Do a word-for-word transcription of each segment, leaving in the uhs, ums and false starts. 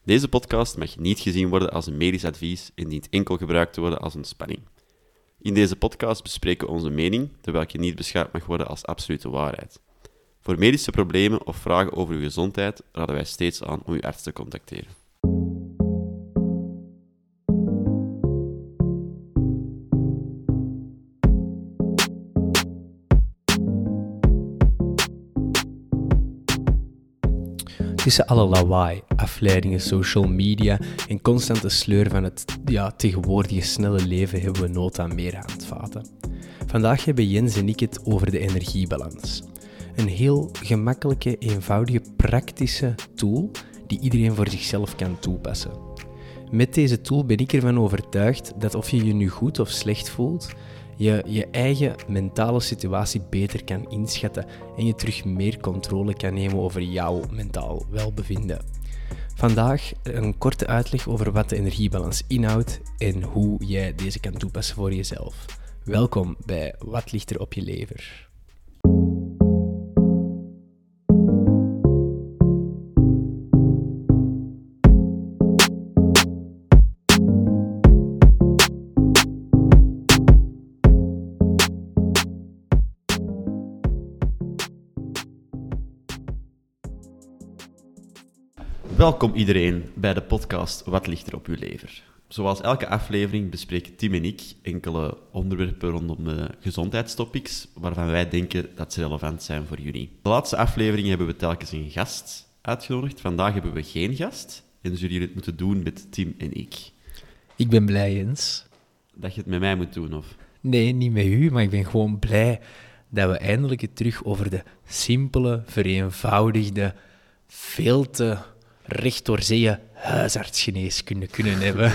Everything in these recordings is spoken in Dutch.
Deze podcast mag niet gezien worden als een medisch advies en dient enkel gebruikt te worden als ontspanning. In deze podcast bespreken we onze mening, terwijl je niet beschouwd mag worden als absolute waarheid. Voor medische problemen of vragen over uw gezondheid raden wij steeds aan om uw arts te contacteren. Tussen alle lawaai, afleidingen, social media en constante sleur van het ja, tegenwoordige snelle leven hebben we nood aan meer handvaten. Vandaag hebben Jens en ik het over de energiebalans. Een heel gemakkelijke, eenvoudige, praktische tool die iedereen voor zichzelf kan toepassen. Met deze tool ben ik ervan overtuigd dat of je je nu goed of slecht voelt, je je eigen mentale situatie beter kan inschatten en je terug meer controle kan nemen over jouw mentaal welbevinden. Vandaag een korte uitleg over wat de energiebalans inhoudt en hoe jij deze kan toepassen voor jezelf. Welkom bij Wat ligt er op je lever? Welkom iedereen bij de podcast Wat ligt er op uw lever? Zoals elke aflevering bespreken Tim en ik enkele onderwerpen rondom de gezondheidstopics waarvan wij denken dat ze relevant zijn voor jullie. De laatste aflevering hebben we telkens een gast uitgenodigd. Vandaag hebben we geen gast en zullen jullie het moeten doen met Tim en ik. Ik ben blij, Jens. Dat je het met mij moet doen, of? Nee, niet met u, maar ik ben gewoon blij dat we eindelijk het terug over de simpele, vereenvoudigde, veel te recht door zeeën huisartsgeneeskunde kunnen hebben.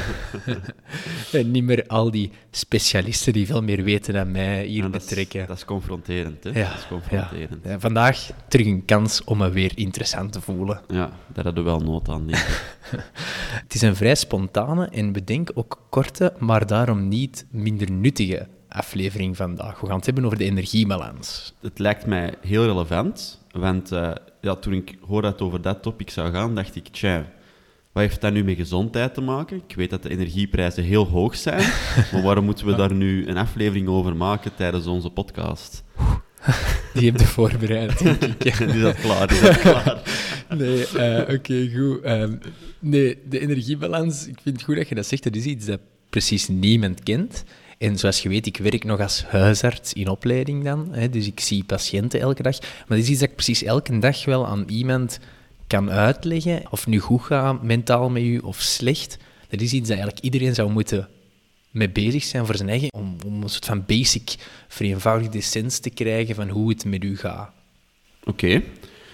En niet meer al die specialisten die veel meer weten dan mij hier ja, dat betrekken. Is, dat is confronterend, hè? Ja, dat is confronterend. Ja. Ja, vandaag terug een kans om me weer interessant te voelen. Ja, daar hadden we wel nood aan, denk ik. Het is een vrij spontane en bedenk ook korte, maar daarom niet minder nuttige aflevering vandaag. We gaan het hebben over de energiebalans. Het lijkt mij heel relevant, want uh, ja, toen ik hoorde dat het over dat topic zou gaan, dacht ik, tja, wat heeft dat nu met gezondheid te maken? Ik weet dat de energieprijzen heel hoog zijn, maar waarom moeten we daar nu een aflevering over maken tijdens onze podcast? Die heb je voorbereid, denk ik. Is dat klaar? Is dat klaar? Nee, uh, oké, okay, goed. Um, nee, de energiebalans, ik vind het goed dat je dat zegt. Dat is iets dat precies niemand kent. En zoals je weet, ik werk nog als huisarts in opleiding dan, hè, dus ik zie patiënten elke dag. Maar dat is iets dat ik precies elke dag wel aan iemand kan uitleggen, of het nu goed gaat mentaal met u of slecht. Dat is iets dat eigenlijk iedereen zou moeten mee bezig zijn voor zijn eigen, om, om een soort van basic, vereenvoudigde sens te krijgen van hoe het met u gaat. Oké. Okay.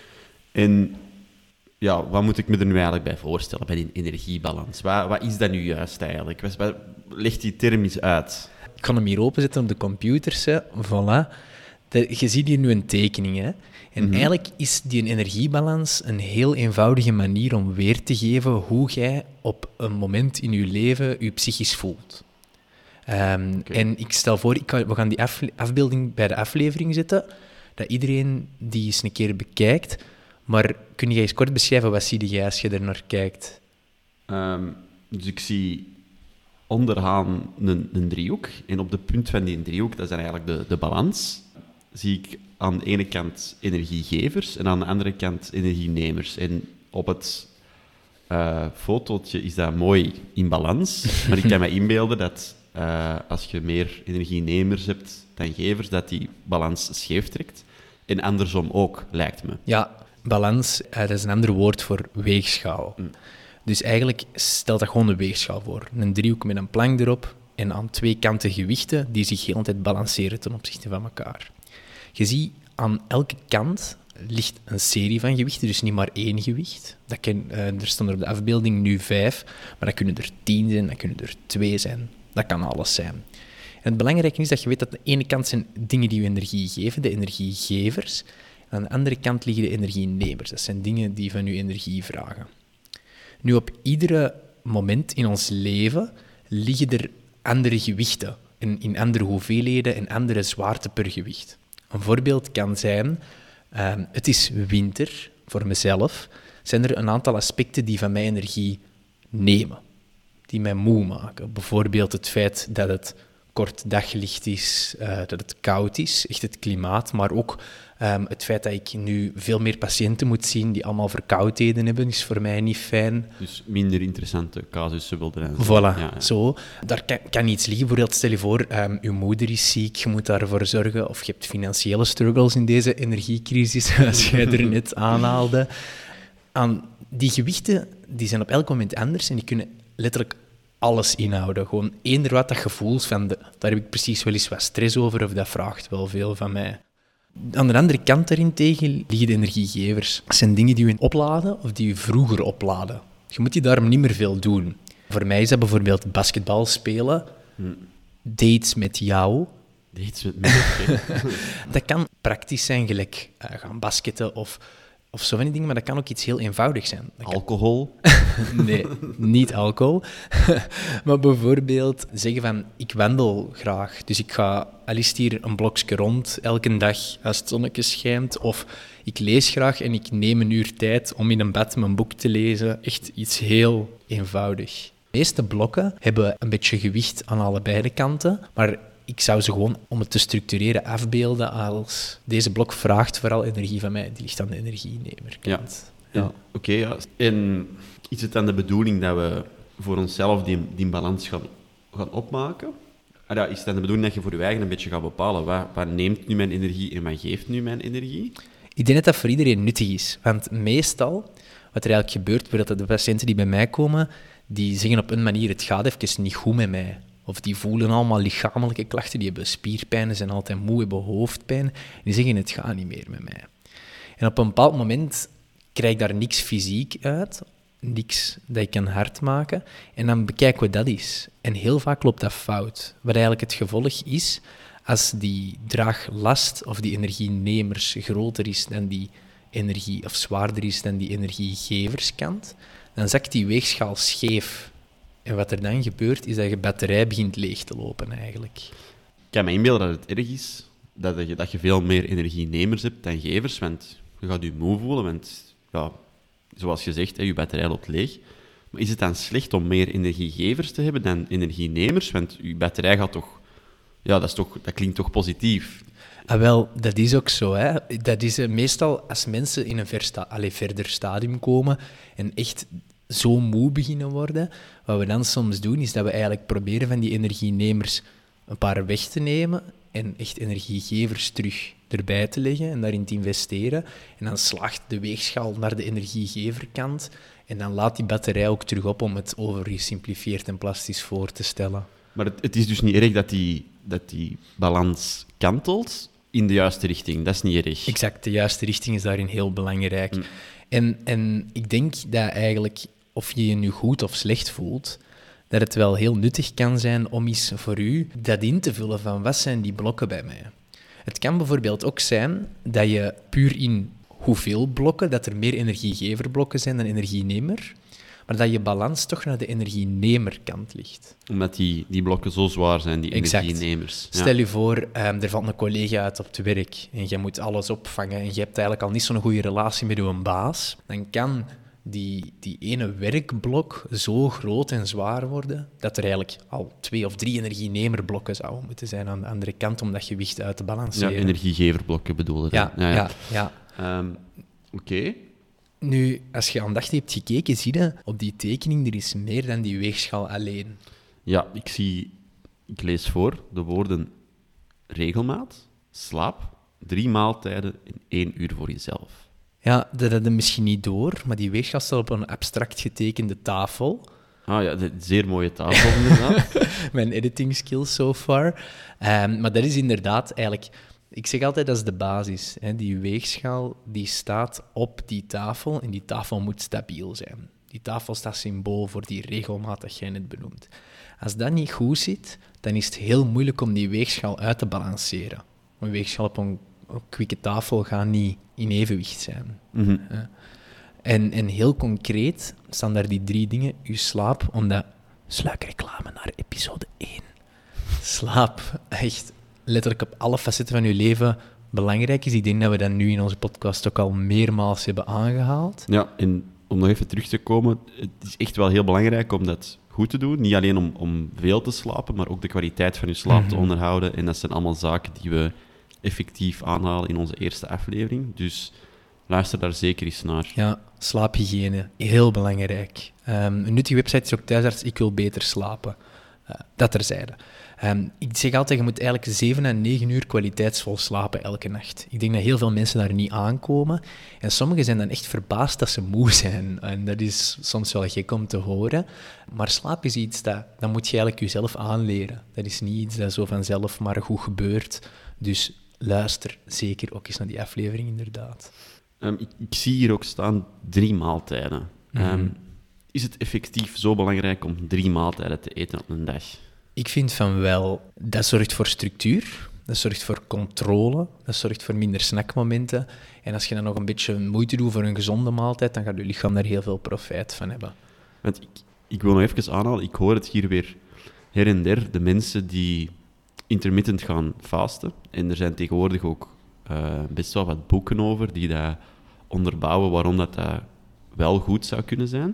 En ja, wat moet ik me er nu eigenlijk bij voorstellen, bij die energiebalans? Wat, wat is dat nu juist eigenlijk? Wat, wat, leg die term eens uit. Ik kan hem hier openzetten op de computers. Hè. Voilà. De, je ziet hier nu een tekening. Hè. En mm-hmm. eigenlijk is die energiebalans een heel eenvoudige manier om weer te geven hoe jij op een moment in je leven je psychisch voelt. Um, okay. En ik stel voor, ik kan, we gaan die af, afbeelding bij de aflevering zetten, dat iedereen die eens een keer bekijkt. Maar kun je eens kort beschrijven, wat zie je als je er naar kijkt? Um, dus ik zie onderaan een, een driehoek. En op de punt van die driehoek, dat is dan eigenlijk de, de balans, zie ik aan de ene kant energiegevers en aan de andere kant energienemers. En op het uh, fotootje is dat mooi in balans. Maar ik kan me inbeelden dat uh, als je meer energienemers hebt dan gevers, dat die balans scheef trekt. En andersom ook, lijkt me. Ja, balans, uh, dat is een ander woord voor weegschaal. Mm. Dus eigenlijk stelt dat gewoon een weegschaal voor. Een driehoek met een plank erop en aan twee kanten gewichten die zich de hele tijd balanceren ten opzichte van elkaar. Je ziet, aan elke kant ligt een serie van gewichten, dus niet maar één gewicht. Dat kan, uh, er staan er op de afbeelding nu vijf, maar dat kunnen er tien zijn, dat kunnen er twee zijn. Dat kan alles zijn. En het belangrijke is dat je weet dat aan de ene kant zijn dingen die je energie geven, de energiegevers. En aan de andere kant liggen de energienemers. Dat zijn dingen die van je energie vragen. Nu, op iedere moment in ons leven liggen er andere gewichten, in, in andere hoeveelheden en andere zwaarte per gewicht. Een voorbeeld kan zijn, uh, het is winter voor mezelf. zijn er een aantal aspecten die van mij energie nemen, die mij moe maken. Bijvoorbeeld het feit dat het kort daglicht is, uh, dat het koud is, echt het klimaat, maar ook um, het feit dat ik nu veel meer patiënten moet zien die allemaal verkoudheden hebben, is voor mij niet fijn. Dus minder interessante casussen wilde hij Voilà, ja, ja. zo. Daar kan, kan iets liggen. Bijvoorbeeld, stel je voor, um, je moeder is ziek, je moet daarvoor zorgen, of je hebt financiële struggles in deze energiecrisis, als jij er net aanhaalde. Aan die gewichten die zijn op elk moment anders en die kunnen letterlijk alles inhouden. Gewoon eender wat dat gevoel van, de, daar heb ik precies wel eens wat stress over, of dat vraagt wel veel van mij. Aan de andere kant daarentegen liggen de energiegevers. Dat zijn dingen die je opladen of die je vroeger opladen. Je moet die daarom niet meer veel doen. Voor mij is dat bijvoorbeeld basketbal spelen, hmm. dates met jou. Dates met mij? Dat kan praktisch zijn, gelijk uh, gaan basketten of, of zo van die dingen, maar dat kan ook iets heel eenvoudigs zijn. Dat alcohol? Kan... Nee, niet alcohol. Maar bijvoorbeeld zeggen van, ik wandel graag, dus ik ga al is het hier een blokje rond elke dag als het zonnetje schijnt, of ik lees graag en ik neem een uur tijd om in een bad mijn boek te lezen. Echt iets heel eenvoudig. De meeste blokken hebben een beetje gewicht aan allebei de kanten, maar ik zou ze gewoon, om het te structureren, afbeelden als deze blok vraagt vooral energie van mij. Die ligt aan de energienemer. Ja, ja. Oké. Okay, ja. En is het dan de bedoeling dat we voor onszelf die, die balans gaan, gaan opmaken? Ah, ja, is het dan de bedoeling dat je voor je eigen een beetje gaat bepalen wat, wat neemt nu mijn energie en wat geeft nu mijn energie? Ik denk dat dat voor iedereen nuttig is. Want meestal, wat er eigenlijk gebeurt, bijvoorbeeld de patiënten die bij mij komen, die zeggen op een manier, het gaat even niet goed met mij. Of die voelen allemaal lichamelijke klachten, die hebben spierpijn, ze zijn altijd moe, hebben hoofdpijn. En die zeggen, het gaat niet meer met mij. En op een bepaald moment krijg ik daar niks fysiek uit, niks dat ik kan hard maken. En dan bekijken we dat eens. En heel vaak loopt dat fout. Wat eigenlijk het gevolg is, als die draaglast of die energienemers groter is dan die energie, of zwaarder is dan die energiegeverskant, dan zakt die weegschaal scheef. En wat er dan gebeurt, is dat je batterij begint leeg te lopen, eigenlijk. Ik kan me inbeelden dat het erg is dat je, dat je veel meer energienemers hebt dan gevers, want je gaat je moe voelen, want ja, zoals je zegt, hè, je batterij loopt leeg. Maar is het dan slecht om meer energiegevers te hebben dan energienemers? Want je batterij gaat toch... Ja, dat, is toch, dat klinkt toch positief? Ah, wel, dat is ook zo. Hè. Dat is uh, meestal als mensen in een ver sta- allez, verder stadium komen en echt zo moe beginnen worden, wat we dan soms doen, is dat we eigenlijk proberen van die energienemers een paar weg te nemen en echt energiegevers terug erbij te leggen en daarin te investeren. En dan slaagt de weegschaal naar de energiegeverkant en dan laat die batterij ook terug op om het overgesimplifieerd en plastisch voor te stellen. Maar het, het is dus niet erg dat die, dat die balans kantelt in de juiste richting. Dat is niet erg. Exact, de juiste richting is daarin heel belangrijk. Mm. En, en ik denk dat eigenlijk, of je je nu goed of slecht voelt, dat het wel heel nuttig kan zijn om eens voor u dat in te vullen van wat zijn die blokken bij mij. Het kan bijvoorbeeld ook zijn dat je puur in hoeveel blokken, dat er meer energiegeverblokken zijn dan energienemer, maar dat je balans toch naar de energienemerkant ligt. Omdat die, die blokken zo zwaar zijn, die exact. Energienemers. Ja. Stel je voor, um, er valt een collega uit op het werk en je moet alles opvangen en je hebt eigenlijk al niet zo'n goede relatie met je baas, dan kan die, die ene werkblok zo groot en zwaar worden dat er eigenlijk al twee of drie energienemerblokken zouden moeten zijn aan de andere kant om dat gewicht uit te balanceren. Ja, energiegeverblokken bedoel je. Ja, ja, ja. ja. ja. Um, Oké. Okay. Nu, als je aandachtig hebt gekeken, zie je op die tekening, er is meer dan die weegschaal alleen. Ja, ik zie, ik lees voor de woorden regelmaat, slaap, drie maaltijden en één uur voor jezelf. Ja, dat had je misschien niet door, maar die weegschaal staat op een abstract getekende tafel. Ah ja, de zeer mooie tafel inderdaad. Mijn editing skills so far. Um, maar dat is inderdaad eigenlijk... Ik zeg altijd, dat is de basis. Hè. Die weegschaal die staat op die tafel en die tafel moet stabiel zijn. Die tafel staat symbool voor die regelmaat dat jij net benoemt. Als dat niet goed zit, dan is het heel moeilijk om die weegschaal uit te balanceren. Een weegschaal op een, een kwikke tafel gaat niet in evenwicht zijn. Mm-hmm. En, en heel concreet staan daar die drie dingen. Uw slaap, omdat... Sluikreclame naar episode één. Slaap, echt... letterlijk op alle facetten van je leven belangrijk is. Ik denk dat we dat nu in onze podcast ook al meermaals hebben aangehaald. Ja, en om nog even terug te komen, het is echt wel heel belangrijk om dat goed te doen. Niet alleen om, om veel te slapen, maar ook de kwaliteit van je slaap mm-hmm. te onderhouden. En dat zijn allemaal zaken die we effectief aanhalen in onze eerste aflevering. Dus luister daar zeker eens naar. Ja, slaaphygiëne, heel belangrijk. Um, een nuttige website is ook Thuisarts, ik wil beter slapen. Uh, dat terzijde. Um, ik zeg altijd, je moet eigenlijk zeven à negen uur kwaliteitsvol slapen elke nacht. Ik denk dat heel veel mensen daar niet aankomen. En sommigen zijn dan echt verbaasd dat ze moe zijn. En dat is soms wel gek om te horen. Maar slaap is iets dat, dat moet je eigenlijk jezelf aanleren. Dat is niet iets dat zo vanzelf maar goed gebeurt. Dus luister zeker ook eens naar die aflevering, inderdaad. Um, ik, ik zie hier ook staan drie maaltijden. Mm-hmm. Um, is het effectief zo belangrijk om drie maaltijden te eten op een dag? Ik vind van wel. Dat zorgt voor structuur, dat zorgt voor controle, dat zorgt voor minder snackmomenten. En als je dan nog een beetje moeite doet voor een gezonde maaltijd, dan gaat je lichaam daar heel veel profijt van hebben. Want ik, ik wil nog even aanhalen, ik hoor het hier weer her en der, de mensen die intermittent gaan fasten. En er zijn tegenwoordig ook uh, best wel wat boeken over die dat onderbouwen waarom dat, dat wel goed zou kunnen zijn.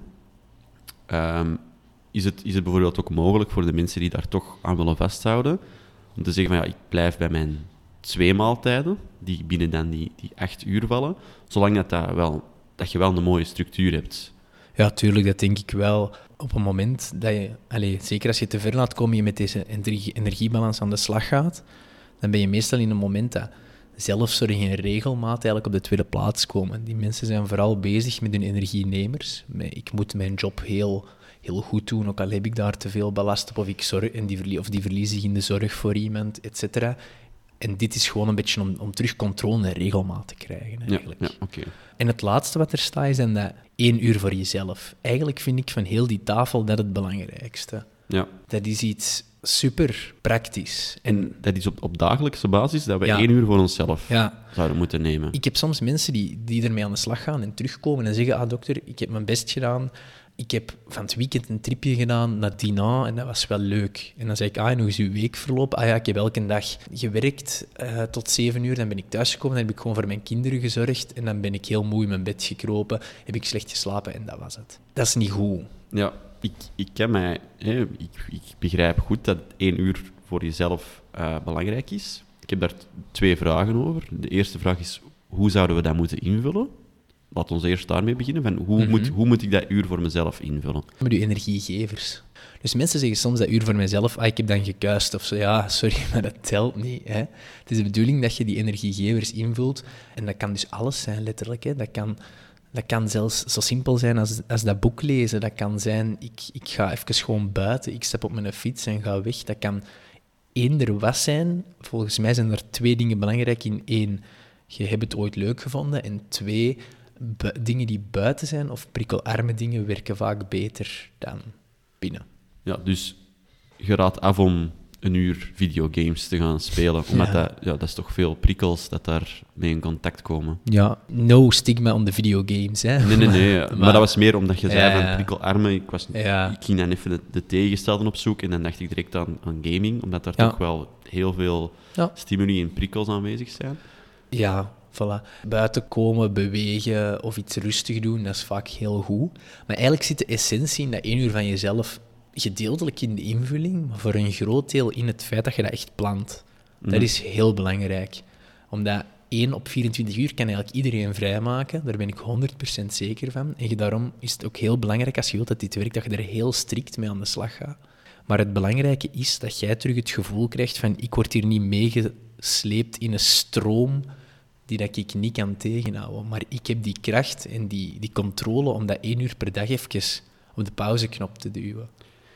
Um, is, het, is het bijvoorbeeld ook mogelijk voor de mensen die daar toch aan willen vasthouden, om te zeggen van ja, ik blijf bij mijn twee maaltijden, die binnen dan die, die acht uur vallen, zolang dat, dat, wel, dat je wel een mooie structuur hebt. Ja, tuurlijk, dat denk ik wel. Op een moment dat je, allez, zeker als je te ver laat komen, je met deze energie, energiebalans aan de slag gaat, dan ben je meestal in een moment dat zelfzorg en regelmaat eigenlijk op de tweede plaats komen. Die mensen zijn vooral bezig met hun energienemers. Ik moet mijn job heel, heel goed doen, ook al heb ik daar te veel ballast op, of, ik zorg, en die, verlie- of die verlies ik in de zorg voor iemand, et cetera. En dit is gewoon een beetje om, om terug controle en regelmaat te krijgen, eigenlijk. Ja, ja, okay. En het laatste wat er staat, is dan dat één uur voor jezelf. Eigenlijk vind ik van heel die tafel dat het belangrijkste. Ja. Dat is iets super praktisch. En, en dat is op, op dagelijkse basis dat we ja. één uur voor onszelf ja. zouden moeten nemen. Ik heb soms mensen die, die ermee aan de slag gaan en terugkomen en zeggen, ah dokter, ik heb mijn best gedaan. Ik heb van het weekend een tripje gedaan naar Dinant en dat was wel leuk. En dan zeg ik, ah, en hoe is uw weekverloop? Ah ja, ik heb elke dag gewerkt uh, tot zeven uur. Dan ben ik thuisgekomen, dan heb ik gewoon voor mijn kinderen gezorgd. En dan ben ik heel moe in mijn bed gekropen, heb ik slecht geslapen en dat was het. Dat is niet goed. Ja, ik, ik ken mij... Hè, ik, ik begrijp goed dat één uur voor jezelf uh, belangrijk is. Ik heb daar t- twee vragen over. De eerste vraag is, hoe zouden we dat moeten invullen? Laat ons eerst daarmee beginnen. Van hoe, mm-hmm. moet, hoe moet ik dat uur voor mezelf invullen? Met uw energiegevers. Dus mensen zeggen soms dat uur voor mezelf, ah, ik heb dan gekuist of zo. Ja, sorry, maar dat telt niet. Hè. Het is de bedoeling dat je die energiegevers invult. En dat kan dus alles zijn, letterlijk. Hè. Dat kan, dat kan zelfs zo simpel zijn als, als dat boek lezen. Dat kan zijn, ik, ik ga even gewoon buiten. Ik stap op mijn fiets en ga weg. Dat kan eender wat zijn. Volgens mij zijn er twee dingen belangrijk in. Eén, je hebt het ooit leuk gevonden. En twee... Bu- dingen die buiten zijn of prikkelarme dingen werken vaak beter dan binnen. Ja, dus je raadt af om een uur videogames te gaan spelen, omdat ja. Dat, ja, dat is toch veel prikkels dat daar mee in contact komen. Ja, no stigma on de videogames, hè. Nee, nee, nee. maar, maar dat was meer omdat je zei ja, van prikkelarme. Ik, was, ja. ik ging dan even de, de tegenstelden opzoeken en dan dacht ik direct aan, aan gaming, omdat daar ja. toch wel heel veel ja. stimuli en prikkels aanwezig zijn. Ja, voilà. Buiten komen, bewegen of iets rustig doen, dat is vaak heel goed. Maar eigenlijk zit de essentie in dat één uur van jezelf gedeeltelijk in de invulling, maar voor een groot deel in het feit dat je dat echt plant. Mm. Dat is heel belangrijk. Omdat één op vierentwintig uur kan eigenlijk iedereen vrijmaken, daar ben ik honderd procent zeker van. En daarom is het ook heel belangrijk, als je wilt dat dit werkt, dat je er heel strikt mee aan de slag gaat. Maar het belangrijke is dat jij terug het gevoel krijgt van ik word hier niet meegesleept in een stroom die dat ik niet kan tegenhouden. Maar ik heb die kracht en die, die controle om dat één uur per dag even op de pauzeknop te duwen.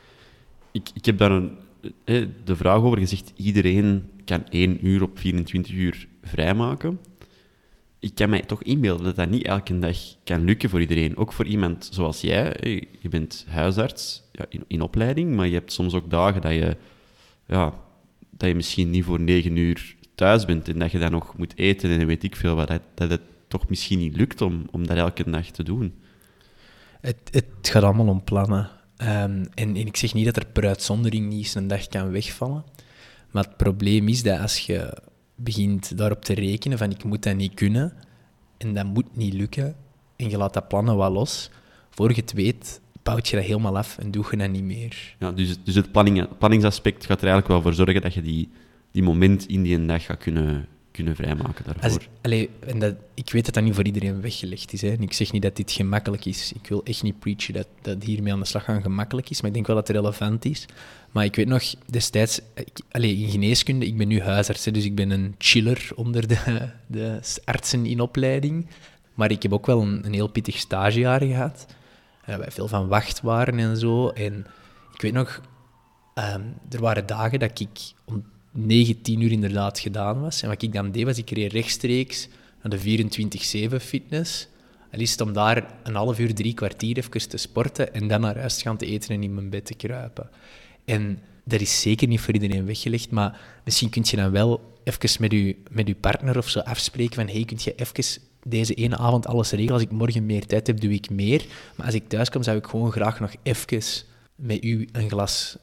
Ik, ik heb daar een, eh, de vraag over gezegd, iedereen kan één uur op vierentwintig uur vrijmaken. Ik kan mij toch inbeelden dat dat niet elke dag kan lukken voor iedereen. Ook voor iemand zoals jij. Je bent huisarts ja, in, in opleiding, maar je hebt soms ook dagen dat je, ja, dat je misschien niet voor negen uur thuis bent en dat je dan nog moet eten en weet ik veel wat, dat, dat het toch misschien niet lukt om, om dat elke dag te doen. Het, het gaat allemaal om plannen. Um, en, en ik zeg niet dat er per uitzondering niet eens een dag kan wegvallen, maar het probleem is dat als je begint daarop te rekenen van ik moet dat niet kunnen en dat moet niet lukken en je laat dat plannen wat los, voor je het weet, bouwt je dat helemaal af en doe je dat niet meer. Ja, dus, dus het planning, planningsaspect gaat er eigenlijk wel voor zorgen dat je die, die moment in die dag gaat kunnen, kunnen vrijmaken daarvoor. Als, allee, en dat, ik weet dat dat niet voor iedereen weggelegd is. Hè. En ik zeg niet dat dit gemakkelijk is. Ik wil echt niet preachen dat, dat hiermee aan de slag gaan gemakkelijk is, maar ik denk wel dat het relevant is. Maar ik weet nog, destijds... Ik, allee, in geneeskunde, ik ben nu huisarts, hè, dus ik ben een chiller onder de, de artsen in opleiding. Maar ik heb ook wel een, een heel pittig stagejaar gehad. Uh, waar veel van wacht waren en zo. En ik weet nog, um, er waren dagen dat ik om negen, tien uur inderdaad gedaan was. En wat ik dan deed, was ik reed rechtstreeks naar de vierentwintig zeven fitness. Al is het om daar een half uur, drie kwartier even te sporten en dan naar huis te gaan te eten en in mijn bed te kruipen. En dat is zeker niet voor iedereen weggelegd, maar misschien kun je dan wel even met je, met je partner of zo afspreken van hey, kun je even deze ene avond alles regelen? Als ik morgen meer tijd heb, doe ik meer. Maar als ik thuis kom, zou ik gewoon graag nog even met u een glas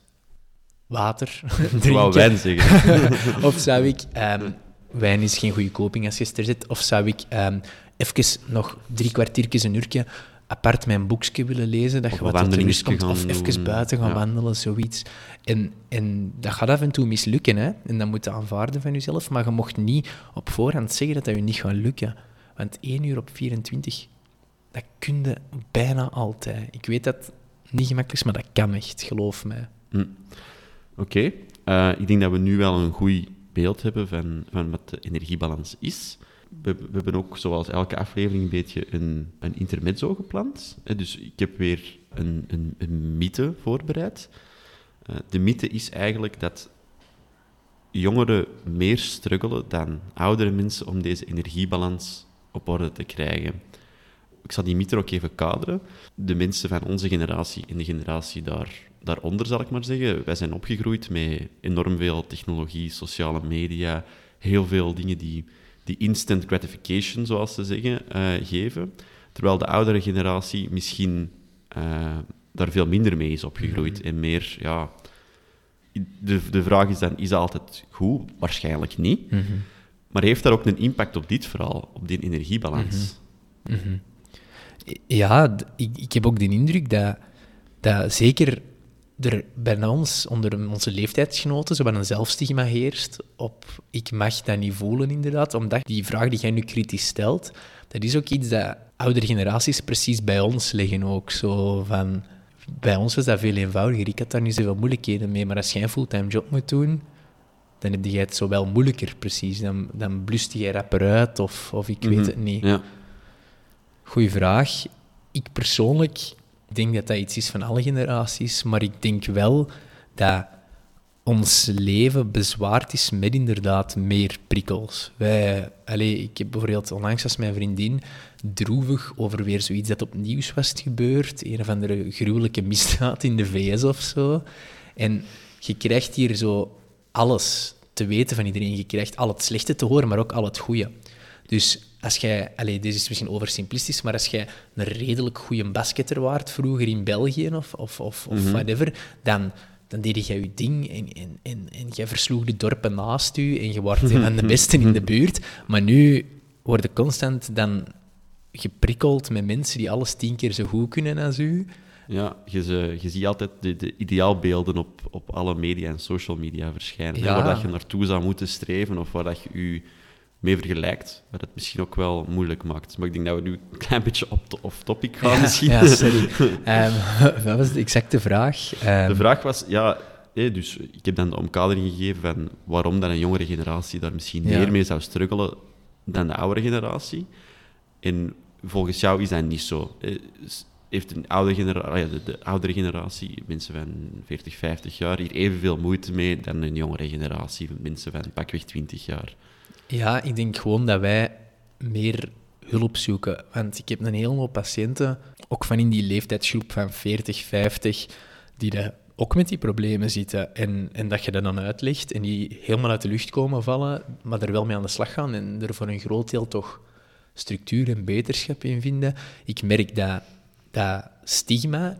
water drinken. Ik wou wijn zeggen. Of zou ik... Um, wijn is geen goede koping als je er zit. Of zou ik um, even nog drie kwartiertjes, een uurtje apart mijn boekje willen lezen, dat of je wat tot rust komt. Of doen. even buiten gaan ja. wandelen, zoiets. En, en dat gaat af en toe mislukken, hè. En dat moet je aanvaarden van jezelf. Maar je mocht niet op voorhand zeggen dat dat je niet gaat lukken. Want één uur op vierentwintig, dat kun je bijna altijd. Ik weet dat het niet gemakkelijk is, maar dat kan echt, geloof mij. Hm. Oké. Okay. Uh, ik denk dat we nu wel een goed beeld hebben van, van wat de energiebalans is. We, we hebben ook, zoals elke aflevering, een beetje een, een intermezzo gepland. Dus ik heb weer een, een, een mythe voorbereid. Uh, de mythe is eigenlijk dat jongeren meer struggelen dan oudere mensen om deze energiebalans op orde te krijgen. Ik zal die mythe ook even kaderen. De mensen van onze generatie en de generatie daar, daaronder, zal ik maar zeggen, wij zijn opgegroeid met enorm veel technologie, sociale media, heel veel dingen die, die instant gratification, zoals ze zeggen, uh, geven. Terwijl de oudere generatie misschien uh, daar veel minder mee is opgegroeid. Mm-hmm. En meer, ja... De, de vraag is dan, is dat altijd goed? Waarschijnlijk niet. Mm-hmm. Maar heeft dat ook een impact op dit verhaal, op die energiebalans? Mm-hmm. Mm-hmm. Ja, d- ik, ik heb ook de indruk dat, dat zeker er bij ons, onder onze leeftijdsgenoten, zo een zelfstigma heerst op ik mag dat niet voelen, inderdaad. Omdat die vraag die jij nu kritisch stelt, dat is ook iets dat oudere generaties precies bij ons leggen ook. Zo van, bij ons was dat veel eenvoudiger. Ik had daar niet zoveel moeilijkheden mee, maar als jij een fulltime job moet doen, dan heb je het zo wel moeilijker, precies. Dan, dan blust je rapper uit, of, of ik Mm-hmm. weet het niet. Ja. Goeie vraag. Ik persoonlijk denk dat dat iets is van alle generaties, maar ik denk wel dat ons leven bezwaard is met inderdaad meer prikkels. Wij, allez, ik heb bijvoorbeeld onlangs als mijn vriendin droevig over weer zoiets dat op nieuws was gebeurd, een of andere gruwelijke misdaad in de V S of zo. En je krijgt hier zo alles te weten van iedereen. Je krijgt al het slechte te horen, maar ook al het goede. Dus als jij, allez, dit is misschien oversimplistisch, maar als jij een redelijk goede basketter waart vroeger in België of, of, of, of Mm-hmm. whatever, dan, dan deed jij je ding en, en, en, en jij versloeg de dorpen naast je en je wordt een van de besten in de buurt. Maar nu word je constant dan geprikkeld met mensen die alles tien keer zo goed kunnen als u. Ja, je, ze, je ziet altijd de, de ideaalbeelden op, op alle media en social media verschijnen. Ja. Hè, waar dat je naartoe zou moeten streven of waar dat je je mee vergelijkt. Wat het misschien ook wel moeilijk maakt. Maar ik denk dat we nu een klein beetje op off-topic gaan Ja, misschien. ja, sorry. um, wat was de exacte vraag? Um, De vraag was, ja, hé, dus ik heb dan de omkadering gegeven van waarom dan een jongere generatie daar misschien Ja. meer mee zou struggelen dan de oudere generatie. En volgens jou is dat niet zo. Eh, Heeft een oude genera- de, de oudere generatie, mensen van veertig, vijftig jaar, hier evenveel moeite mee dan een jongere generatie, mensen van pakweg twintig jaar? Ja, ik denk gewoon dat wij meer hulp zoeken. Want ik heb een hele hoop patiënten, ook van in die leeftijdsgroep van veertig, vijftig, die daar ook met die problemen zitten. En, en dat je dat dan uitlegt en die helemaal uit de lucht komen vallen, maar er wel mee aan de slag gaan en er voor een groot deel toch structuur en beterschap in vinden. Ik merk dat dat stigma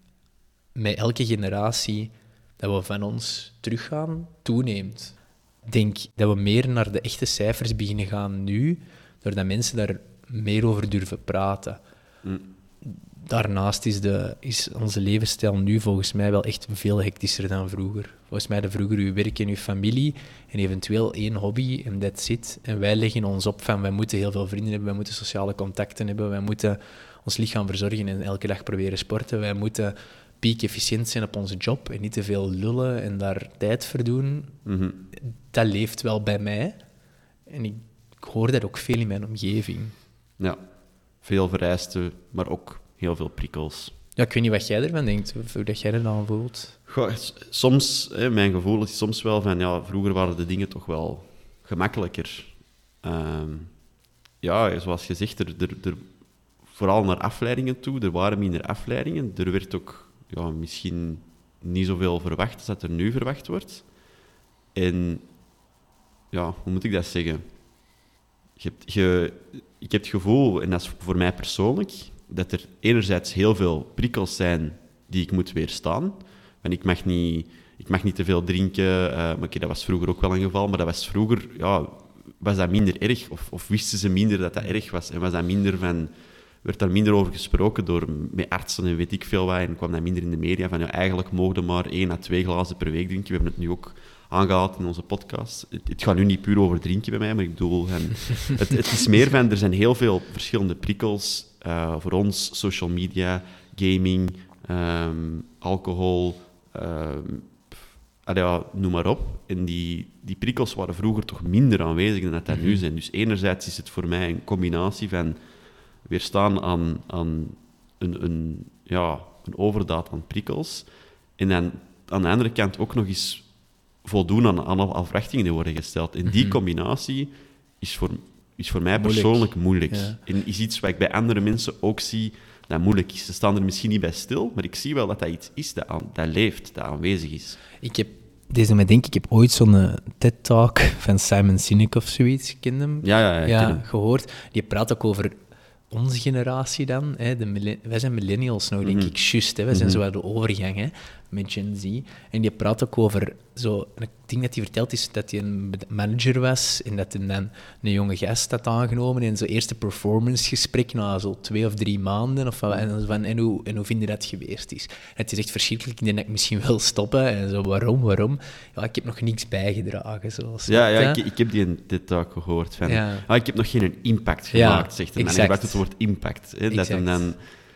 met elke generatie dat we van ons teruggaan, toeneemt. Ik denk dat we meer naar de echte cijfers beginnen gaan nu, doordat mensen daar meer over durven praten. Mm. daarnaast is, de, is onze levensstijl nu volgens mij wel echt veel hectischer dan vroeger. Volgens mij de vroeger uw werk en uw familie en eventueel één hobby en that's it. En wij leggen ons op van wij moeten heel veel vrienden hebben, wij moeten sociale contacten hebben, wij moeten ons lichaam verzorgen en elke dag proberen sporten. Wij moeten piek efficiënt zijn op onze job en niet te veel lullen en daar tijd voor doen. Mm-hmm. Dat leeft wel bij mij. En ik, ik hoor dat ook veel in mijn omgeving. Ja, veel vereisten, maar ook heel veel prikkels. Ja, ik weet niet wat jij ervan denkt, of hoe dat jij er dan voelt. Goh, soms, hè, mijn gevoel is soms wel van, ja, vroeger waren de dingen toch wel gemakkelijker. Um, ja, zoals je zegt, er, er, er, vooral naar afleidingen toe, er waren minder afleidingen. Er werd ook ja, misschien niet zoveel verwacht als dat er nu verwacht wordt. En ja, hoe moet ik dat zeggen? Je hebt, je, ik heb het gevoel, en dat is voor mij persoonlijk, dat er enerzijds heel veel prikkels zijn die ik moet weerstaan. En ik mag niet, ik mag niet te veel drinken, uh, maar okay, dat was vroeger ook wel een geval, maar dat was vroeger, ja, was dat minder erg, of, of wisten ze minder dat dat erg was, en was dat minder van, werd daar minder over gesproken door, met artsen en weet ik veel wat, en kwam dat minder in de media, van ja, eigenlijk mogen we maar één à twee glazen per week drinken. We hebben het nu ook aangehaald in onze podcast. Het, het gaat nu niet puur over drinken bij mij, maar ik bedoel, en, het, het is meer van, er zijn heel veel verschillende prikkels, uh, voor ons, social media, gaming, um, alcohol, um, ah, ja, noem maar op. En die, die prikkels waren vroeger toch minder aanwezig dan dat dat nu zijn. Dus enerzijds is het voor mij een combinatie van weerstaan aan, aan een, een, ja, een overdaad aan prikkels. En dan aan de andere kant ook nog eens voldoen aan alle verwachtingen die worden gesteld. En die mm-hmm. combinatie is voor, is voor mij moeilijk. persoonlijk moeilijk. Ja. En is iets wat ik bij andere mensen ook zie dat moeilijk is. Ze staan er misschien niet bij stil, maar ik zie wel dat dat iets is dat, aan, dat leeft, dat aanwezig is. Ik heb, deze me denk ik, heb ooit zo'n TED-talk van Simon Sinek of zoiets, ken hem? Ja, ja, ja, ja ken hem. gehoord. Die praat ook over onze generatie dan. Hè, de millen- wij zijn millennials nog, denk Mm-hmm. ik, juist. Hè. Wij Mm-hmm. zijn zo de overgang hè, met Gen Z. En die praat ook over... Zo, en ik denk dat hij vertelt is dat hij een manager was en dat hij dan een jonge gast had aangenomen en zo'n eerste performancegesprek na zo twee of drie maanden. Of, en, dan van, en, hoe, en hoe vind je dat geweest is? En het is echt verschrikkelijk. Ik denk dat ik misschien wil stoppen. En zo, waarom, waarom? Ja, ik heb nog niks bijgedragen. Zoals Ja, ja dat, ik, ik heb die in dit talk gehoord. Van, Ja. ah, ik heb nog geen impact Ja, gemaakt, zegt hij. En hij exact. gebruikt het woord impact. Hè, dat, Exact. hem dan,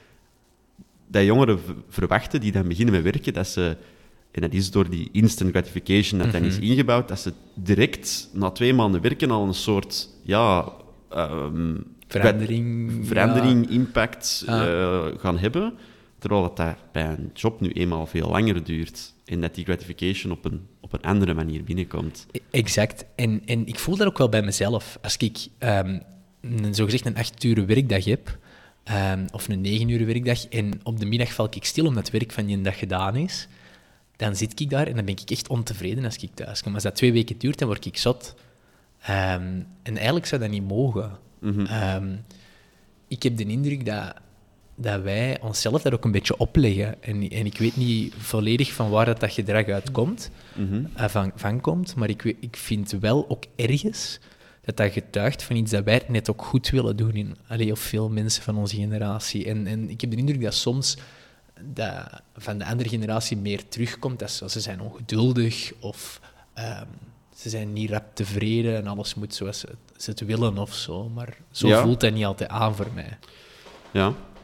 dat jongeren v- verwachten die dan beginnen met werken, dat ze, en dat is door die instant gratification dat dan is ingebouwd, dat ze direct na twee maanden werken al een soort ja, um, Verandering. verandering, impact Ah. uh, gaan hebben, terwijl het dat bij een job nu eenmaal veel langer duurt en dat die gratification op een, op een andere manier binnenkomt. Exact. En, en ik voel dat ook wel bij mezelf. Als ik um, een, zogezegd een acht uur werkdag heb, um, of een negen uur werkdag, en op de middag val ik stil omdat het werk van die dag gedaan is, dan zit ik daar en dan ben ik echt ontevreden als ik thuis kom. Als dat twee weken duurt, dan word ik zot. Um, en eigenlijk zou dat niet mogen. Mm-hmm. Um, ik heb de indruk dat, dat wij onszelf dat ook een beetje opleggen. En, en ik weet niet volledig van waar dat, dat gedrag uitkomt, Mm-hmm. uh, van, van komt, maar ik, ik vind wel ook ergens dat dat getuigt van iets dat wij net ook goed willen doen in allee, of veel mensen van onze generatie. En, en ik heb de indruk dat soms dat van de andere generatie meer terugkomt, dat ze, ze zijn ongeduldig of um, ze zijn niet rap tevreden en alles moet zoals ze, ze het willen of zo. Maar zo Ja. voelt dat niet altijd aan voor mij. Ja,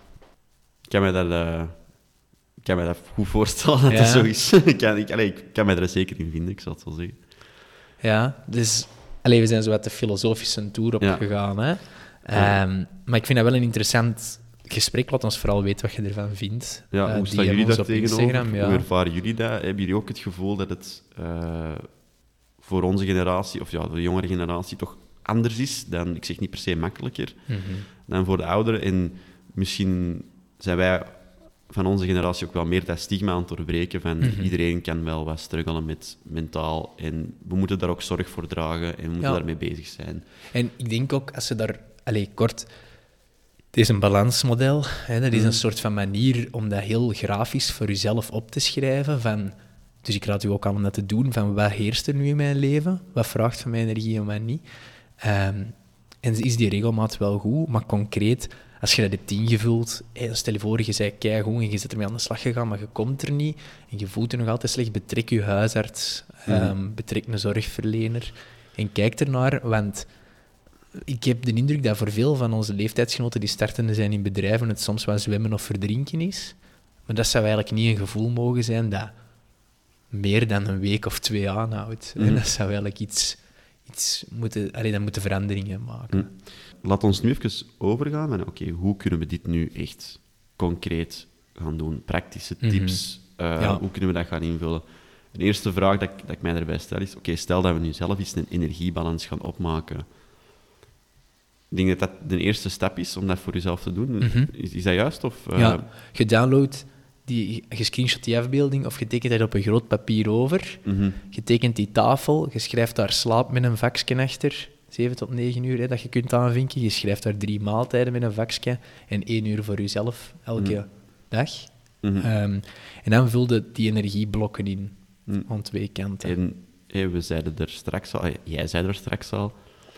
ik kan mij dat, uh, ik kan mij dat goed voorstellen dat Ja. dat zo is. ik, kan, ik, allee, ik kan mij er zeker in vinden, ik zal het zo zeggen. Ja, dus allee, we zijn zo wat de filosofische tour op Ja. gegaan. Hè? Ja. Um, maar ik vind dat wel een interessant gesprek. Laat ons vooral weten wat je ervan vindt. Ja, Uh, hoe D staan M jullie ons daar op tegenover? Instagram, ja. Hoe ervaren jullie dat? Hebben jullie ook het gevoel dat het uh, voor onze generatie, of ja, de jongere generatie, toch anders is dan, ik zeg niet per se makkelijker, Mhm. dan voor de ouderen? En misschien zijn wij van onze generatie ook wel meer dat stigma aan het doorbreken van Mhm. iedereen kan wel wat struggelen met mentaal en we moeten daar ook zorg voor dragen en we moeten Ja. daarmee bezig zijn. En ik denk ook, als ze daar... Allee, kort... Het is een balansmodel. Hè? Dat is Mhm. een soort van manier om dat heel grafisch voor jezelf op te schrijven. Van, dus ik raad u ook aan om dat te doen. Van wat heerst er nu in mijn leven? Wat vraagt van mijn energie en wat niet? Um, En is die regelmaat wel goed, maar concreet, als je dat hebt ingevuld, stel je voor, je bent keigoed en je zit ermee aan de slag gegaan, maar je komt er niet en je voelt je nog altijd slecht, betrek je huisarts, mm. um, betrek een zorgverlener en kijk ernaar, want ik heb de indruk dat voor veel van onze leeftijdsgenoten die startende zijn in bedrijven het soms wel zwemmen of verdrinken is, maar dat zou eigenlijk niet een gevoel mogen zijn dat meer dan een week of twee aanhoudt. Mm. En dat zou eigenlijk iets, iets moeten, allee, dat moeten veranderingen maken. Mm. Laat ons nu even overgaan van, oké, okay, hoe kunnen we dit nu echt concreet gaan doen? Praktische tips, mm-hmm. uh, ja. Hoe kunnen we dat gaan invullen? De eerste vraag dat ik, dat ik mij daarbij stel is, oké, okay, stel dat we nu zelf eens een energiebalans gaan opmaken. Ik denk dat dat de eerste stap is om dat voor jezelf te doen. Mm-hmm. Is, is dat juist? Of, uh... Ja, je downloadt, die, je screenshot die afbeelding of je tekent dat op een groot papier over. Mm-hmm. Je tekent die tafel, je schrijft daar slaap met een vakje achter. zeven tot negen uur hè, dat je kunt aanvinken. Je schrijft daar drie maaltijden met een vakje en één uur voor jezelf elke mm. dag. Mm-hmm. Um, en dan vulde die energieblokken in mm. aan twee kanten. En hey, we zeiden er straks al, jij zei er straks al,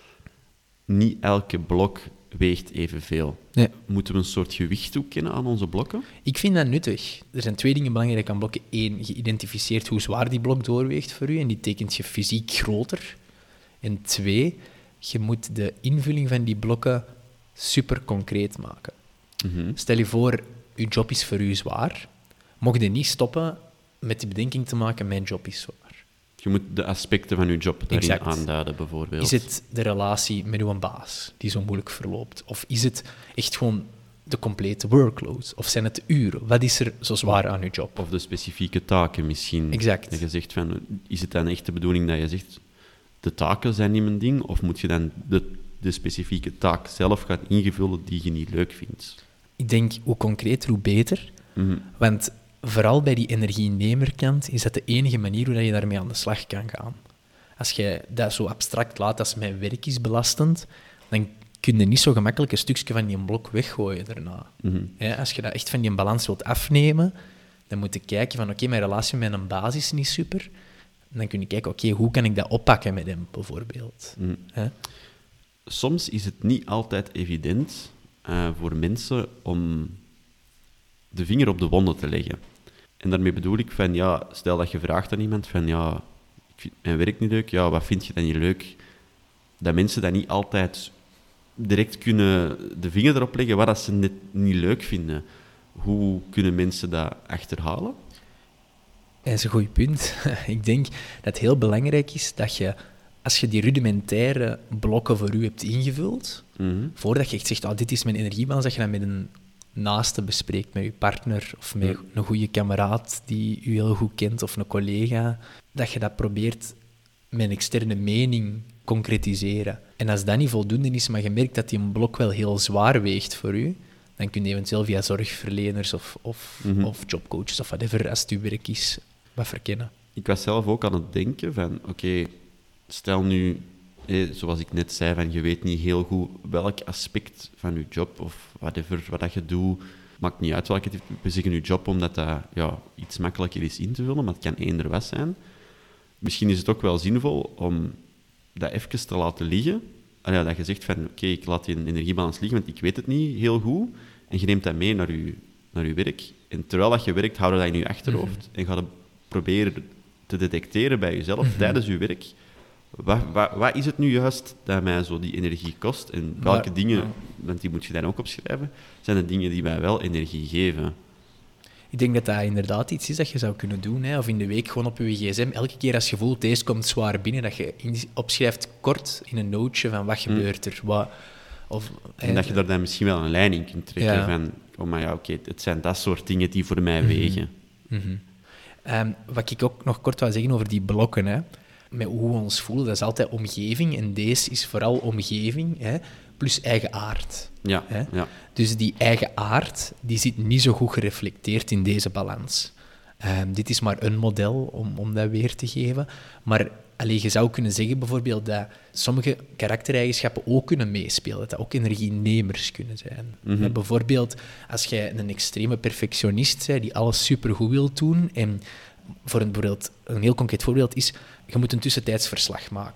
niet elke blok weegt evenveel. Nee. Moeten we een soort gewicht toekennen aan onze blokken? Ik vind dat nuttig. Er zijn twee dingen belangrijk aan blokken. Eén, je identificeert hoe zwaar die blok doorweegt voor u en die tekent je fysiek groter. En twee, je moet de invulling van die blokken super concreet maken. Mm-hmm. Stel je voor, je job is voor u zwaar. Mocht je niet stoppen met die bedenking te maken, mijn job is zwaar. Je moet de aspecten van je job daarin exact. aanduiden, bijvoorbeeld. Is het de relatie met uw baas die zo moeilijk verloopt? Of is het echt gewoon de complete workload? Of zijn het de uren? Wat is er zo zwaar aan uw job? Of de specifieke taken misschien. Exact. Dat je zegt van, is het dan echt de bedoeling dat je zegt, de taken zijn niet mijn ding? Of moet je dan de, de specifieke taak zelf gaan invullen die je niet leuk vindt? Ik denk, hoe concreter, hoe beter. Mm-hmm. Want vooral bij die energienemerkant is dat de enige manier hoe je daarmee aan de slag kan gaan. Als je dat zo abstract laat als mijn werk is belastend, dan kun je niet zo gemakkelijk een stukje van die blok weggooien daarna. Mm-hmm. Ja, als je dat echt van die balans wilt afnemen, dan moet je kijken van oké, okay, mijn relatie met een baas is niet super. En dan kun je kijken, oké, okay, hoe kan ik dat oppakken met hem, bijvoorbeeld. Mm. Ja? Soms is het niet altijd evident uh, voor mensen om de vinger op de wonden te leggen. En daarmee bedoel ik van, ja, stel dat je vraagt aan iemand van, ja, ik vind mijn werk niet leuk, ja, wat vind je dan niet leuk? Dat mensen dat niet altijd direct kunnen de vinger erop leggen wat ze net niet leuk vinden. Hoe kunnen mensen dat achterhalen? Dat is een goed punt. Ik denk dat het heel belangrijk is dat je, als je die rudimentaire blokken voor u hebt ingevuld, mm-hmm. voordat je echt zegt, oh, dit is mijn energiebalans, dat je dat met een naaste bespreekt, met je partner of met mm. een goede kameraad die u heel goed kent of een collega, dat je dat probeert met een externe mening concretiseren. En als dat niet voldoende is, maar je merkt dat die een blok wel heel zwaar weegt voor u, dan kun je eventueel via zorgverleners of, of, mm-hmm. of jobcoaches of whatever, als het uw werk is, wat verkennen. Ik was zelf ook aan het denken van, oké, okay, stel nu, eh, zoals ik net zei, van je weet niet heel goed welk aspect van je job of whatever, wat dat je doet, maakt niet uit welk het is. We zeggen je job omdat dat ja, iets makkelijker is in te vullen, maar het kan eender wat zijn. Misschien is het ook wel zinvol om dat even te laten liggen. Allee, dat je zegt van, oké, okay, ik laat die energiebalans liggen, want ik weet het niet heel goed. En je neemt dat mee naar je, naar je werk. En terwijl dat je werkt, hou je dat in je achterhoofd. Mm-hmm. En ga dat proberen te detecteren bij jezelf mm-hmm. tijdens je werk. Wat, wat, wat is het nu juist dat mij zo die energie kost? En welke maar, dingen, ja. want die moet je dan ook opschrijven, zijn de dingen die mij wel energie geven? Ik denk dat dat inderdaad iets is dat je zou kunnen doen. Hè? Of in de week gewoon op je gsm. Elke keer als je voelt, deze komt zwaar binnen, dat je opschrijft kort in een nootje van wat gebeurt er. Wat, of, en dat je daar dan misschien wel een lijn in kunt trekken ja. van, oh maar ja, oké, okay, het zijn dat soort dingen die voor mij mm-hmm. wegen. Mm-hmm. Um, wat ik ook nog kort wou zeggen over die blokken, hè. Met hoe we ons voelen, dat is altijd omgeving. En deze is vooral omgeving, hè, plus eigen aard. Ja, hè. Ja. Dus die eigen aard, die zit niet zo goed gereflecteerd in deze balans. Um, dit is maar een model om, om dat weer te geven. Maar allee, je zou kunnen zeggen bijvoorbeeld dat sommige karaktereigenschappen ook kunnen meespelen. Dat dat ook energienemers kunnen zijn. Mm-hmm. Bijvoorbeeld, als jij een extreme perfectionist bent die alles supergoed wil doen en voor een, bijvoorbeeld, een heel concreet voorbeeld is, je moet een tussentijds verslag maken.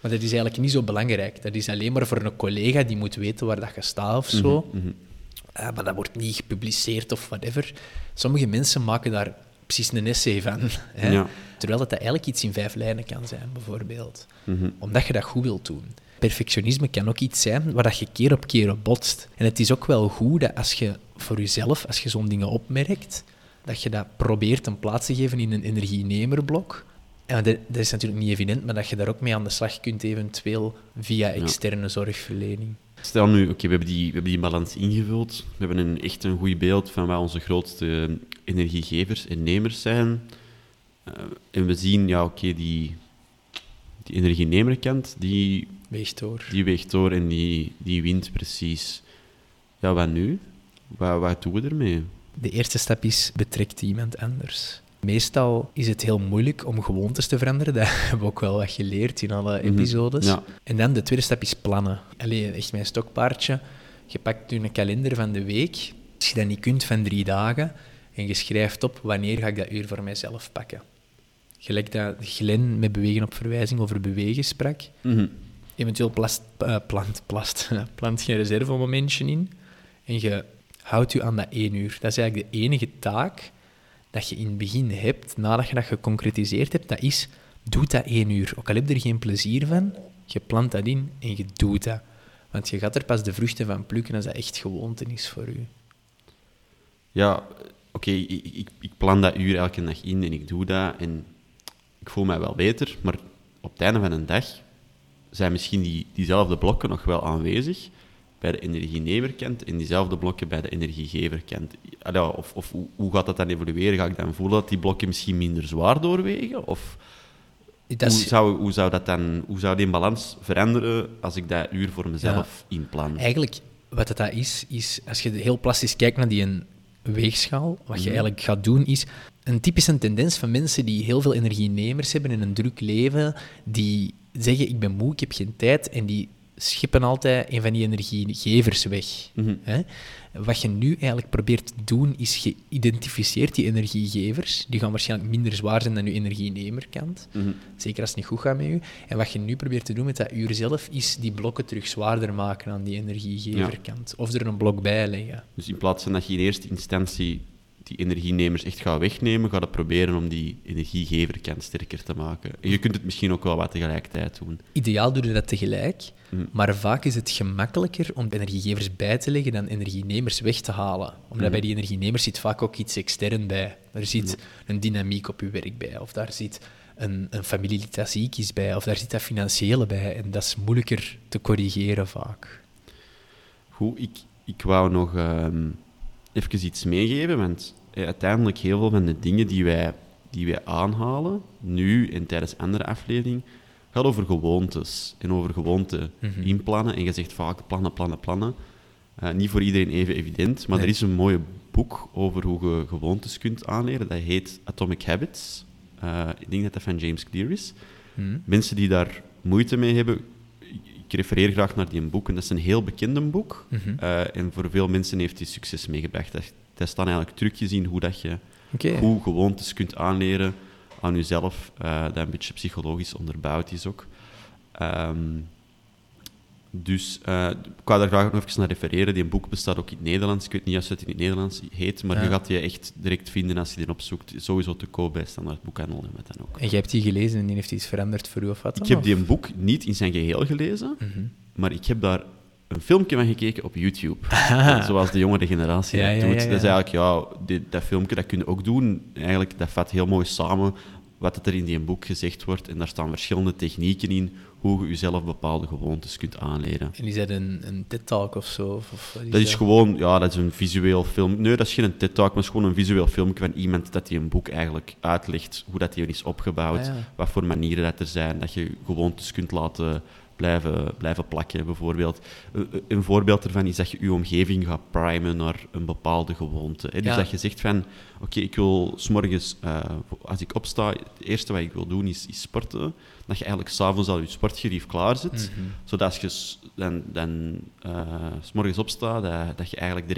Maar dat is eigenlijk niet zo belangrijk. Dat is alleen maar voor een collega die moet weten waar dat je staat of zo. Mm-hmm. Uh, maar dat wordt niet gepubliceerd of whatever. Sommige mensen maken daar precies een essay van. Hè? Ja. Terwijl dat, dat eigenlijk iets in vijf lijnen kan zijn, bijvoorbeeld. Mm-hmm. Omdat je dat goed wilt doen. Perfectionisme kan ook iets zijn waar dat je keer op keer op botst. En het is ook wel goed dat als je voor jezelf, als je zo'n dingen opmerkt, dat je dat probeert een plaats te geven in een energienemerblok. En dat, dat is natuurlijk niet evident, maar dat je daar ook mee aan de slag kunt, eventueel via externe ja. zorgverlening. Stel nu, oké, okay, we, hebben die, we hebben die balans ingevuld. We hebben een, echt een goed beeld van wat onze grootste energiegevers en nemers zijn. Uh, en we zien, ja, oké, okay, die, die energienemerkant, die weegt door. Die weegt door en die, die wint precies. Ja, wat nu? Wat, wat doen we ermee? De eerste stap is, betrekt iemand anders. Meestal is het heel moeilijk om gewoontes te veranderen. Dat hebben we ook wel wat geleerd in alle episodes. Mm-hmm. Ja. En dan de tweede stap is plannen. Allee, echt mijn stokpaardje. Je pakt nu een kalender van de week. Als je dat niet kunt van drie dagen, en je schrijft op wanneer ga ik dat uur voor mijzelf pakken. Gelijk dat Glenn met Bewegen op Verwijzing over bewegen sprak. Mm-hmm. Eventueel plast, uh, plant, plast, plant je een reservemomentje in en je houdt je aan dat één uur. Dat is eigenlijk de enige taak dat je in het begin hebt, nadat je dat geconcretiseerd hebt, dat is, doe dat één uur. Ook al heb je er geen plezier van, je plant dat in en je doet dat. Want je gaat er pas de vruchten van plukken als dat echt gewoonte is voor je. Ja, oké, okay, ik, ik, ik plan dat uur elke dag in en ik doe dat en ik voel mij wel beter, maar op het einde van een dag zijn misschien die, diezelfde blokken nog wel aanwezig bij de energienemerkant en diezelfde blokken bij de energiegeverkant. Allee, of of hoe, hoe gaat dat dan evolueren? Ga ik dan voelen dat die blokken misschien minder zwaar doorwegen? Of hoe, zou, hoe, zou dat dan, hoe zou die balans veranderen als ik dat uur voor mezelf ja, inplan? Eigenlijk, wat dat is, is als je heel plastisch kijkt naar die een weegschaal, wat je mm. eigenlijk gaat doen, is een typische tendens van mensen die heel veel energienemers hebben in een druk leven, die zeggen, ik ben moe, ik heb geen tijd, en die schippen altijd een van die energiegevers weg. Mm-hmm. Hè? Wat je nu eigenlijk probeert te doen, is je identificeert die energiegevers. Die gaan waarschijnlijk minder zwaar zijn dan je energienemerkant. Mm-hmm. Zeker als het niet goed gaat met je. En wat je nu probeert te doen met dat uur zelf, is die blokken terug zwaarder maken aan die energiegeverkant. Ja. Of er een blok bij leggen. Dus in plaats van dat je in eerste instantie die energienemers echt gaat wegnemen, ga je proberen om die energiegeverkant sterker te maken. En je kunt het misschien ook wel wat tegelijkertijd doen. Ideaal doe je dat tegelijk, mm. maar vaak is het gemakkelijker om energiegevers bij te leggen dan energienemers weg te halen. Omdat mm. bij die energienemers zit vaak ook iets extern bij. Er zit mm. een dynamiek op je werk bij, of daar zit een, een familielid dat ziek is bij, of daar zit dat financiële bij. En dat is moeilijker te corrigeren vaak. Goed, ik, ik wou nog um, even iets meegeven, want eh, uiteindelijk heel veel van de dingen die wij, die wij aanhalen, nu en tijdens andere afleveringen, gaat over gewoontes en over gewoonte mm-hmm. inplannen. En je zegt vaak plannen, plannen, plannen. Uh, niet voor iedereen even evident, maar nee. Er is een mooi boek over hoe je gewoontes kunt aanleren. Dat heet Atomic Habits. Uh, ik denk dat dat van James Clear is. Mm. Mensen die daar moeite mee hebben, ik refereer graag naar die boek. En dat is een heel bekend boek. Mm-hmm. Uh, en voor veel mensen heeft hij succes meegebracht. Dat, dat staan eigenlijk trucjes in hoe dat je okay. goed gewoontes kunt aanleren aan jezelf. Uh, dat een beetje psychologisch onderbouwd is ook. Um, dus uh, ik wou daar graag nog even naar refereren. Die boek bestaat ook in het Nederlands. Ik weet niet juist wat het in het Nederlands heet, maar ja. Je gaat die echt direct vinden als je die opzoekt. Sowieso te koop bij standaard boekhandel en wat dan ook. En jij hebt die gelezen en die heeft iets veranderd voor u of wat? Ik heb die boek niet in zijn geheel gelezen, mm-hmm. maar ik heb daar een filmpje van gekeken op YouTube. Ah. Zoals de jongere generatie ja, dat ja, doet. Ja, ja. Dat is eigenlijk, ja, dit, dat filmpje dat kun je ook doen. Eigenlijk, dat vat heel mooi samen wat er in die boek gezegd wordt. En daar staan verschillende technieken in hoe je jezelf bepaalde gewoontes kunt aanleren. En is dat een, een TED-talk of zo? Of, of is dat is dat... gewoon, ja, dat is een visueel film. Nee, dat is geen TED-talk, maar het is gewoon een visueel filmpje van iemand dat die een boek eigenlijk uitlegt, hoe dat die is opgebouwd, ah, ja. wat voor manieren dat er zijn, dat je gewoontes kunt laten blijven, blijven plakken, bijvoorbeeld. Een voorbeeld ervan is dat je je omgeving gaat primen naar een bepaalde gewoonte. Hè? Dus ja. dat je zegt van, oké, okay, ik wil 's morgens, uh, als ik opsta, het eerste wat ik wil doen is, is sporten. Dat je eigenlijk 's avonds al je sportgerief klaar zet, mm-hmm. zodat als je dan, dan uh, 's morgens opstaat, dat, dat je eigenlijk direct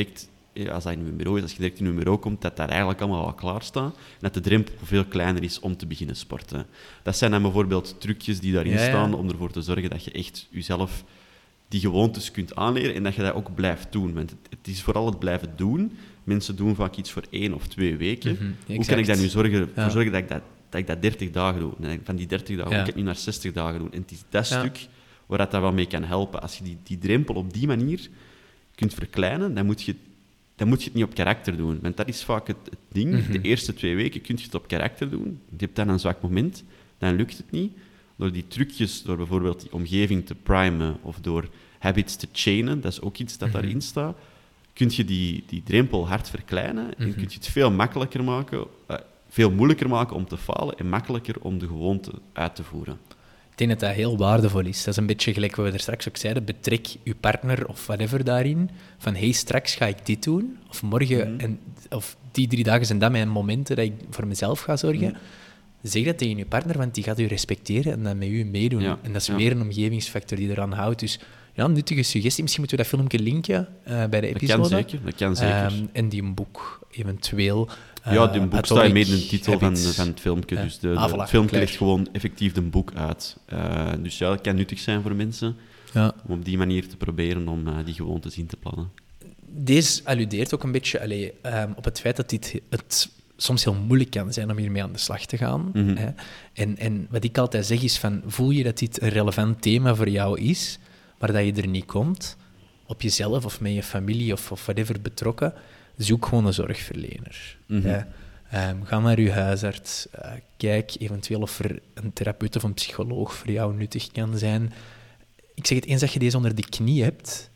ja, als dat in uw bureau is, als je direct in uw bureau komt, dat daar eigenlijk allemaal al klaar staat. En dat de drempel veel kleiner is om te beginnen sporten. Dat zijn dan bijvoorbeeld trucjes die daarin Ja, ja. staan om ervoor te zorgen dat je echt jezelf die gewoontes kunt aanleren en dat je dat ook blijft doen. Want het, het is vooral het blijven doen. Mensen doen vaak iets voor één of twee weken. Mhm, Hoe exact. kan ik daar nu zorgen, Ja. voor zorgen dat ik dat, dat ik dat dertig dagen doe? En van die dertig dagen Ja. moet ik het nu naar zestig dagen doen. En het is dat Ja. stuk waar dat, dat wel mee kan helpen. Als je die, die drempel op die manier kunt verkleinen, dan moet je, dan moet je het niet op karakter doen. Want dat is vaak het, het ding. Mhm. De eerste twee weken kun je het op karakter doen. Je hebt dan een zwak moment, dan lukt het niet. Door die trucjes, door bijvoorbeeld die omgeving te primen of door habits te chainen, dat is ook iets dat Mhm. daarin staat, kun je die, die drempel hard verkleinen en Mhm. kun je het veel makkelijker maken, uh, veel moeilijker maken om te falen en makkelijker om de gewoonte uit te voeren. Ik denk dat dat heel waardevol is. Dat is een beetje gelijk wat we er straks ook zeiden. Betrek je partner of whatever daarin. Van, hey, straks ga ik dit doen. Of morgen, Mhm. en, of die drie dagen zijn dat mijn momenten dat ik voor mezelf ga zorgen. Mhm. Zeg dat tegen je partner, want die gaat u respecteren en dan met u meedoen. Ja, En dat is ja. weer een omgevingsfactor die eraan houdt. Dus ja, een nuttige suggestie. Misschien moeten we dat filmpje linken uh, bij de Dat episode. kan zeker, dat kan zeker. Ehm, en die een boek, eventueel. Uh, ja, die boek staat mee in de Atomic titel van, Habits. van het filmpje. Ja. Dus de, de- Ah, voilà, het filmpje klaar. legt gewoon effectief de boek uit. Uh, dus ja, dat kan nuttig zijn voor mensen Ja. om op die manier te proberen om uh, die gewoontes in te plannen. Deze alludeert ook een beetje allee, um, op het feit dat dit het soms heel moeilijk kan zijn om hiermee aan de slag te gaan. Mhm. Hè. En, en wat ik altijd zeg is van, voel je dat dit een relevant thema voor jou is, maar dat je er niet komt, op jezelf of met je familie of, of whatever betrokken, zoek gewoon een zorgverlener. Mhm. Hè. Um, ga naar je huisarts, uh, kijk eventueel of er een therapeut of een psycholoog voor jou nuttig kan zijn. Ik zeg het, eens dat je deze onder de knie hebt,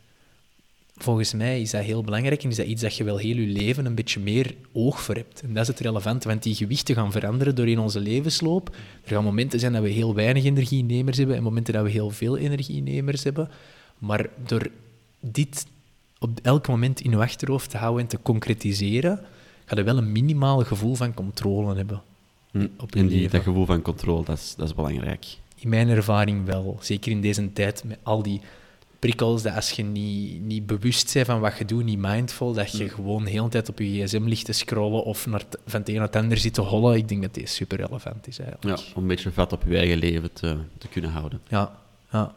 volgens mij is dat heel belangrijk en is dat iets dat je wel heel je leven een beetje meer oog voor hebt. En dat is het relevante, want die gewichten gaan veranderen doorheen onze levensloop. Er gaan momenten zijn dat we heel weinig energienemers hebben en momenten dat we heel veel energienemers hebben. Maar door dit op elk moment in je achterhoofd te houden en te concretiseren, ga je wel een minimaal gevoel van controle hebben Hm. op je En die, leven. dat gevoel van controle, dat is, dat is belangrijk. In mijn ervaring wel. Zeker in deze tijd met al die prikkels, dat als je niet, niet bewust bent van wat je doet, niet mindful, dat je Mm. gewoon de hele tijd op je gsm ligt te scrollen of naar t- van het een naar het ander zit te hollen. Ik denk dat deze super relevant is eigenlijk. Ja, om een beetje vat op je eigen leven te, te kunnen houden. Ja, ja.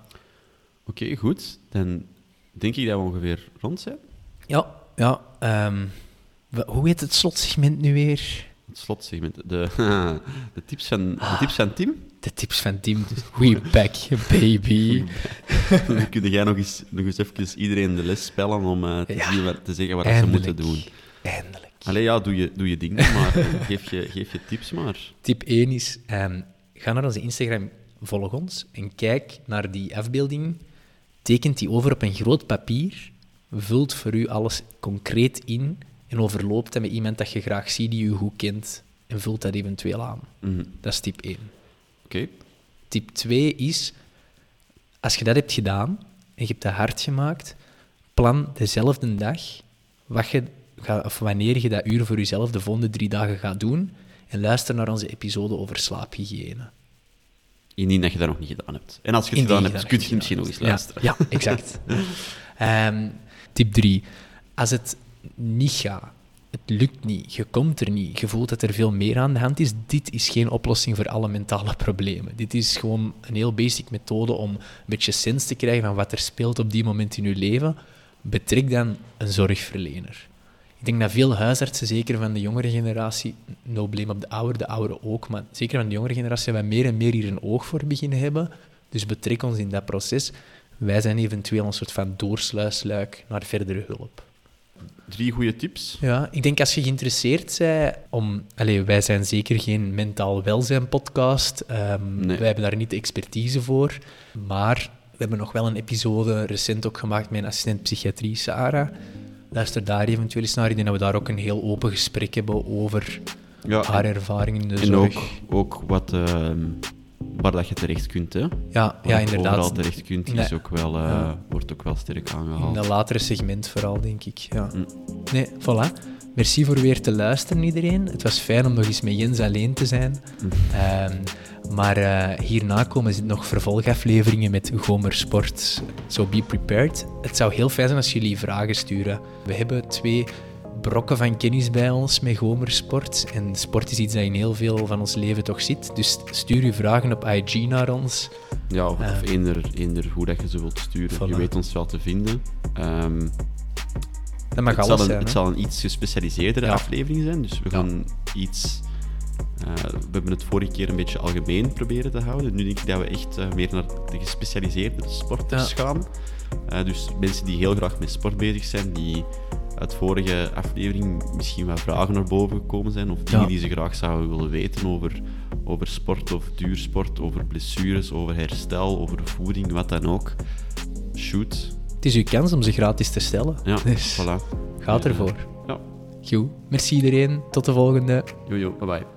Oké, goed. Dan denk ik dat we ongeveer rond zijn. Ja, ja. ehm, wa- hoe heet het slotsegment nu weer? Het slotsegment. De, de, tips van, de tips van Tim. De tips van Tim. We back, baby. Dan kun jij nog eens, nog eens even iedereen de les spellen om uh, te, Ja, zien wat, te zeggen wat ze Eindelijk. moeten doen. Eindelijk. Allee, ja, doe je, doe je ding, maar geef je, geef je tips maar. Tip één is, ehm, ga naar onze Instagram, volg ons en kijk naar die afbeelding. Tekent die over op een groot papier, vult voor u alles concreet in en overloopt dat met iemand dat je graag ziet, die u goed kent, en vult dat eventueel aan. Mhm. Dat is tip één. Oké. Tip twee is, als je dat hebt gedaan en je hebt dat hard gemaakt, plan dezelfde dag wat je gaat, of wanneer je dat uur voor jezelf de volgende drie dagen gaat doen en luister naar onze episode over slaaphygiëne. Indien dat je dat nog niet gedaan hebt. En als je het Indien gedaan je hebt, dat kun je misschien nog niet eens gedaan luisteren. hebt. Ja, ja, exact. Ehm, tip drie. Als het niet gaat, het lukt niet, je komt er niet, je voelt dat er veel meer aan de hand is, dit is geen oplossing voor alle mentale problemen. Dit is gewoon een heel basic methode om een beetje sens te krijgen van wat er speelt op die moment in je leven. Betrek dan een zorgverlener. Ik denk dat veel huisartsen, zeker van de jongere generatie, no blame op de oude, de oude ook, maar zeker van de jongere generatie, wij meer en meer hier een oog voor beginnen hebben. Dus betrek ons in dat proces. Wij zijn eventueel een soort van doorsluisluik naar verdere hulp. Drie goede tips. Ja, ik denk als je geïnteresseerd bent om... Allee, wij zijn zeker geen mentaal welzijn podcast. Um, Nee. Wij hebben daar niet de expertise voor. Maar we hebben nog wel een episode recent ook gemaakt met een assistent psychiatrie, Sarah. Luister daar eventueel eens naar. Ik denk dat we daar ook een heel open gesprek hebben over Ja, haar ervaringen in de en zorg. ook, ook wat, ehm, waar dat je terecht kunt. Hè. Ja, Waar ja, je inderdaad. overal terecht kunt, Nee. is ook wel, uh, Ja. wordt ook wel sterk In aangehaald. een latere segment vooral, denk ik. Ja. Mm. Nee, voilà. Merci voor weer te luisteren, iedereen. Het was fijn om nog eens met Jens alleen te zijn. Mm. Um, maar uh, hierna komen zit nog vervolgafleveringen met Gomer Sport. So be prepared. Het zou heel fijn zijn als jullie vragen sturen. We hebben twee brokken van kennis bij ons met Gomersport. En sport is iets dat in heel veel van ons leven toch zit. Dus stuur je vragen op I G naar ons. Ja, of, Uh, of eender, eender hoe dat je ze wilt sturen. Voilà. Je weet ons wel te vinden. Um, Dat mag het alles zal een, zijn. Het hè? zal een iets gespecialiseerdere Ja. aflevering zijn. Dus we Ja. gaan iets... Uh, we hebben het vorige keer een beetje algemeen proberen te houden. Nu denk ik dat we echt uh, meer naar de gespecialiseerde sporters Ja. gaan. Uh, dus mensen die heel graag met sport bezig zijn, die uit vorige aflevering misschien wat vragen naar boven gekomen zijn, of dingen Ja. die ze graag zouden willen weten over, over sport of duursport, over blessures, over herstel, over voeding, wat dan ook. Shoot. Het is uw kans om ze gratis te stellen. Ja, Dus voilà. gaat Dus, uh, ervoor. Ja. Goed. Merci iedereen. Tot de volgende. Jojo, bye bye.